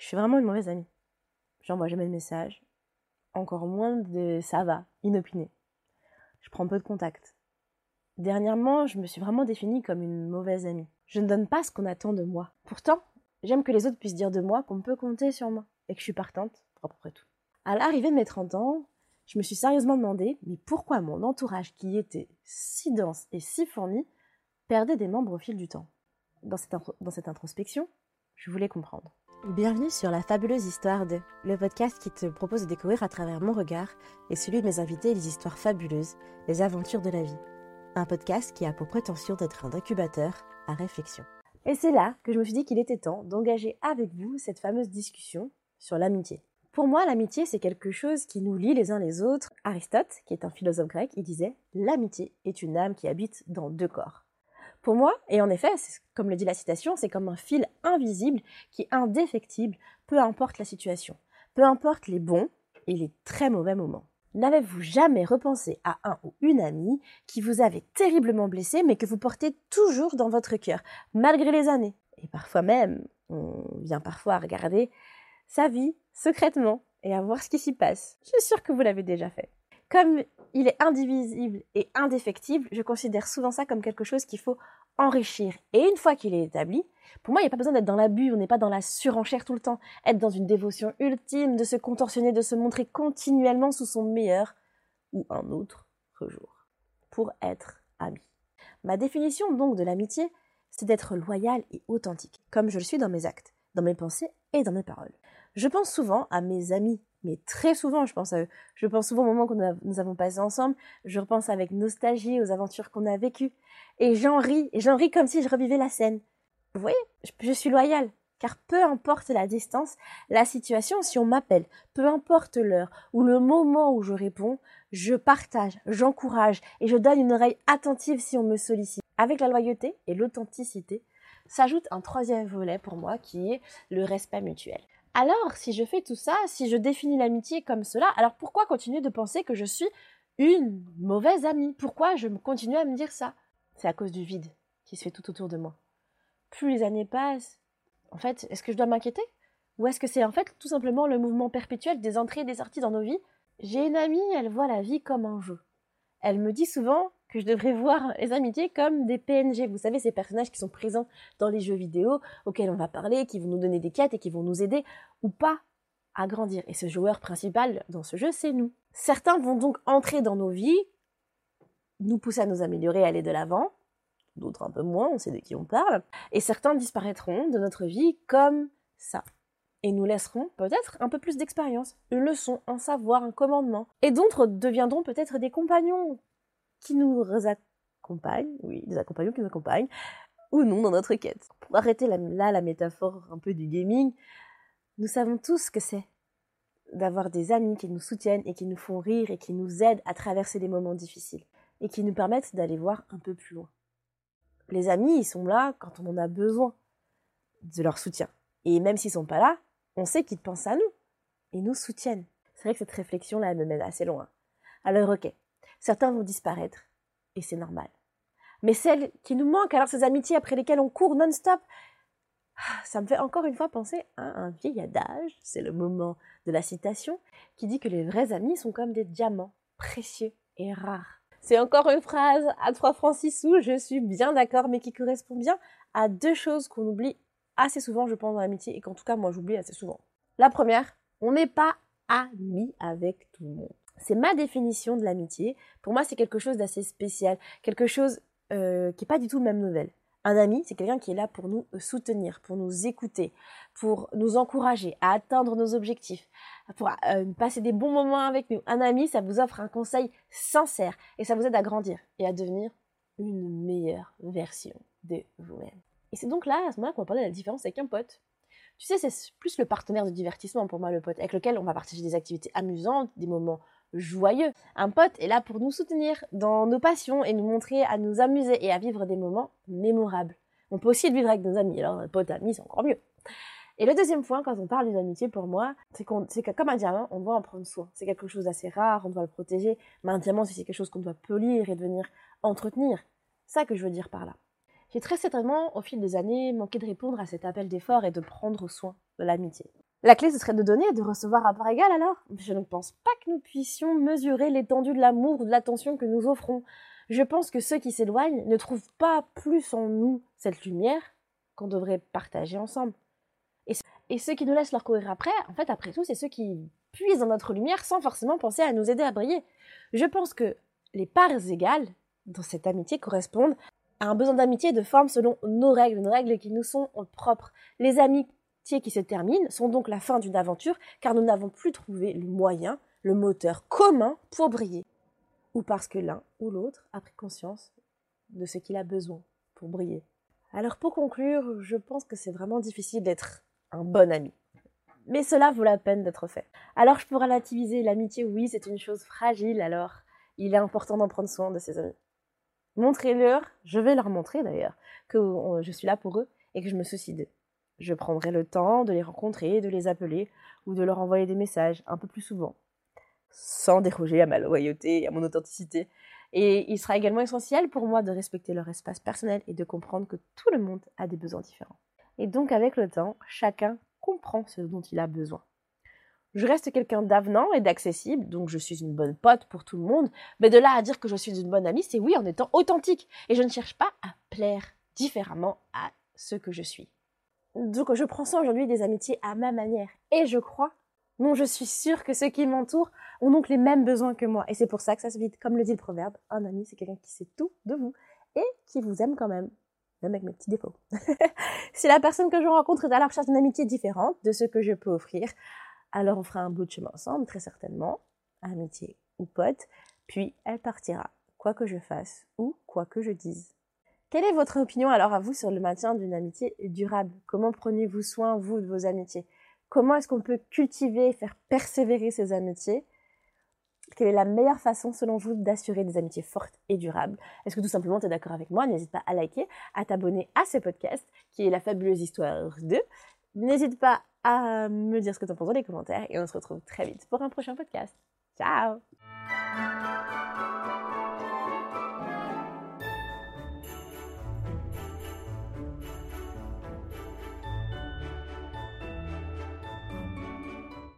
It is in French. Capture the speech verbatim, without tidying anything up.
Je suis vraiment une mauvaise amie. J'envoie jamais de messages, encore moins de ça va, inopiné. Je prends peu de contact. Dernièrement, je me suis vraiment définie comme une mauvaise amie. Je ne donne pas ce qu'on attend de moi. Pourtant, j'aime que les autres puissent dire de moi qu'on peut compter sur moi et que je suis partante pour à peu près tout. À l'arrivée de mes trente ans, je me suis sérieusement demandé, mais pourquoi mon entourage qui était si dense et si fourni perdait des membres au fil du temps. Dans cette, intro- dans cette introspection, je voulais comprendre. Bienvenue sur La Fabuleuse Histoire de, le podcast qui te propose de découvrir à travers mon regard et celui de mes invités les histoires fabuleuses, les aventures de la vie. Un podcast qui a pour prétention d'être un incubateur à réflexion. Et c'est là que je me suis dit qu'il était temps d'engager avec vous cette fameuse discussion sur l'amitié. Pour moi, l'amitié, c'est quelque chose qui nous lie les uns les autres. Aristote, qui est un philosophe grec, il disait « L'amitié est une âme qui habite dans deux corps ». Pour moi, et en effet, c'est, comme le dit la citation, c'est comme un fil invisible qui est indéfectible, peu importe la situation, peu importe les bons et les très mauvais moments. N'avez-vous jamais repensé à un ou une amie qui vous avait terriblement blessé, mais que vous portez toujours dans votre cœur, malgré les années? Et parfois même, on vient parfois regarder sa vie secrètement et à voir ce qui s'y passe. Je suis sûre que vous l'avez déjà fait. Comme il est indivisible et indéfectible, je considère souvent ça comme quelque chose qu'il faut enrichir. Et une fois qu'il est établi, pour moi, il n'y a pas besoin d'être dans l'abus, on n'est pas dans la surenchère tout le temps. Être dans une dévotion ultime, de se contorsionner, de se montrer continuellement sous son meilleur ou un autre jour. Pour être ami. Ma définition donc de l'amitié, c'est d'être loyal et authentique, comme je le suis dans mes actes, dans mes pensées et dans mes paroles. Je pense souvent à mes amis, mais très souvent je pense à eux. Je pense souvent au moment que nous avons passé ensemble, je repense avec nostalgie aux aventures qu'on a vécues, et j'en ris, et j'en ris comme si je revivais la scène. Vous voyez, je, je suis loyale, car peu importe la distance, la situation, si on m'appelle, peu importe l'heure ou le moment où je réponds, je partage, j'encourage, et je donne une oreille attentive si on me sollicite. Avec la loyauté et l'authenticité, s'ajoute un troisième volet pour moi qui est le respect mutuel. Alors, si je fais tout ça, si je définis l'amitié comme cela, alors pourquoi continuer de penser que je suis une mauvaise amie? Pourquoi je continue à me dire ça? C'est à cause du vide qui se fait tout autour de moi. Plus les années passent, en fait, est-ce que je dois m'inquiéter? Ou est-ce que c'est en fait tout simplement le mouvement perpétuel des entrées et des sorties dans nos vies? J'ai une amie, elle voit la vie comme un jeu. Elle me dit souvent que je devrais voir les amitiés comme des P N G. Vous savez, ces personnages qui sont présents dans les jeux vidéo, auxquels on va parler, qui vont nous donner des quêtes et qui vont nous aider ou pas à grandir. Et ce joueur principal dans ce jeu, c'est nous. Certains vont donc entrer dans nos vies, nous pousser à nous améliorer, à aller de l'avant. D'autres un peu moins, on sait de qui on parle. Et certains disparaîtront de notre vie comme ça. Et nous laisseront peut-être un peu plus d'expérience, une leçon, un savoir, un commandement. Et d'autres deviendront peut-être des compagnons qui nous accompagnent, oui, des compagnons qui nous accompagnent, ou non dans notre quête. Pour arrêter la, là la métaphore un peu du gaming, nous savons tous ce que c'est d'avoir des amis qui nous soutiennent et qui nous font rire et qui nous aident à traverser les moments difficiles et qui nous permettent d'aller voir un peu plus loin. Les amis, ils sont là quand on en a besoin de leur soutien. Et même s'ils sont pas là, on sait qu'ils pensent à nous et nous soutiennent. C'est vrai que cette réflexion-là, elle me mène assez loin. Alors ok, certains vont disparaître et c'est normal. Mais celles qui nous manquent, alors ces amitiés après lesquelles on court non-stop, ça me fait encore une fois penser à un vieil adage, c'est le moment de la citation, qui dit que les vrais amis sont comme des diamants, précieux et rares. C'est encore une phrase à trois francs six sous, je suis bien d'accord, mais qui correspond bien à deux choses qu'on oublie assez souvent, je pense, dans l'amitié, et qu'en tout cas, moi, j'oublie assez souvent. La première, on n'est pas amis avec tout le monde. C'est ma définition de l'amitié. Pour moi, c'est quelque chose d'assez spécial, quelque chose euh, qui n'est pas du tout le même level. Un ami, c'est quelqu'un qui est là pour nous soutenir, pour nous écouter, pour nous encourager à atteindre nos objectifs, pour euh, passer des bons moments avec nous. Un ami, ça vous offre un conseil sincère et ça vous aide à grandir et à devenir une meilleure version de vous-même. Et c'est donc là, à ce moment-là, qu'on va parler de la différence avec un pote. Tu sais, c'est plus le partenaire de divertissement pour moi, le pote, avec lequel on va partager des activités amusantes, des moments joyeux. Un pote est là pour nous soutenir dans nos passions et nous montrer à nous amuser et à vivre des moments mémorables. On peut aussi le vivre avec nos amis, alors un pote ami, c'est encore mieux. Et le deuxième point, quand on parle d'une amitié, pour moi, c'est, qu'on, c'est que comme un diamant, on doit en prendre soin. C'est quelque chose d'assez rare, on doit le protéger, mais un diamant, c'est quelque chose qu'on doit polir et devenir entretenir. C'est ça que je veux dire par là. J'ai très certainement, au fil des années, manqué de répondre à cet appel d'effort et de prendre soin de l'amitié. La clé, ce serait de donner et de recevoir à part égale alors. Je ne pense pas que nous puissions mesurer l'étendue de l'amour ou de l'attention que nous offrons. Je pense que ceux qui s'éloignent ne trouvent pas plus en nous cette lumière qu'on devrait partager ensemble. Et, et ceux qui nous laissent leur courir après, en fait, après tout, c'est ceux qui puisent dans notre lumière sans forcément penser à nous aider à briller. Je pense que les parts égales dans cette amitié correspondent à un besoin d'amitié de forme selon nos règles, nos règles qui nous sont propres. Les amitiés qui se terminent sont donc la fin d'une aventure car nous n'avons plus trouvé le moyen, le moteur commun pour briller. Ou parce que l'un ou l'autre a pris conscience de ce qu'il a besoin pour briller. Alors pour conclure, je pense que c'est vraiment difficile d'être un bon ami. Mais cela vaut la peine d'être fait. Alors je peux relativiser l'amitié, oui, c'est une chose fragile, alors il est important d'en prendre soin de ses amis. Montrez-leur, je vais leur montrer d'ailleurs, que je suis là pour eux et que je me soucie d'eux. Je prendrai le temps de les rencontrer, de les appeler ou de leur envoyer des messages un peu plus souvent, sans déroger à ma loyauté et à mon authenticité. Et il sera également essentiel pour moi de respecter leur espace personnel et de comprendre que tout le monde a des besoins différents. Et donc avec le temps, chacun comprend ce dont il a besoin. Je reste quelqu'un d'avenant et d'accessible, donc je suis une bonne pote pour tout le monde, mais de là à dire que je suis une bonne amie, c'est oui en étant authentique. Et je ne cherche pas à plaire différemment à ce que je suis. Donc je prends soin aujourd'hui des amitiés à ma manière. Et je crois, non je suis sûre que ceux qui m'entourent ont donc les mêmes besoins que moi. Et c'est pour ça que ça se vide, comme le dit le proverbe, un ami c'est quelqu'un qui sait tout de vous et qui vous aime quand même. Même avec mes petits défauts. Si la personne que je rencontre est à la recherche d'une amitié différente de ce que je peux offrir, alors on fera un bout de chemin ensemble, très certainement, amitié ou pote, puis elle partira, quoi que je fasse ou quoi que je dise. Quelle est votre opinion alors à vous sur le maintien d'une amitié durable? Comment prenez-vous soin, vous, de vos amitiés? Comment est-ce qu'on peut cultiver et faire persévérer ces amitiés? Quelle est la meilleure façon, selon vous, d'assurer des amitiés fortes et durables? Est-ce que tout simplement tu es d'accord avec moi? N'hésite pas à liker, à t'abonner à ce podcast, qui est la fabuleuse histoire de. N'hésite pas à me dire ce que tu en penses dans les commentaires et on se retrouve très vite pour un prochain podcast. Ciao!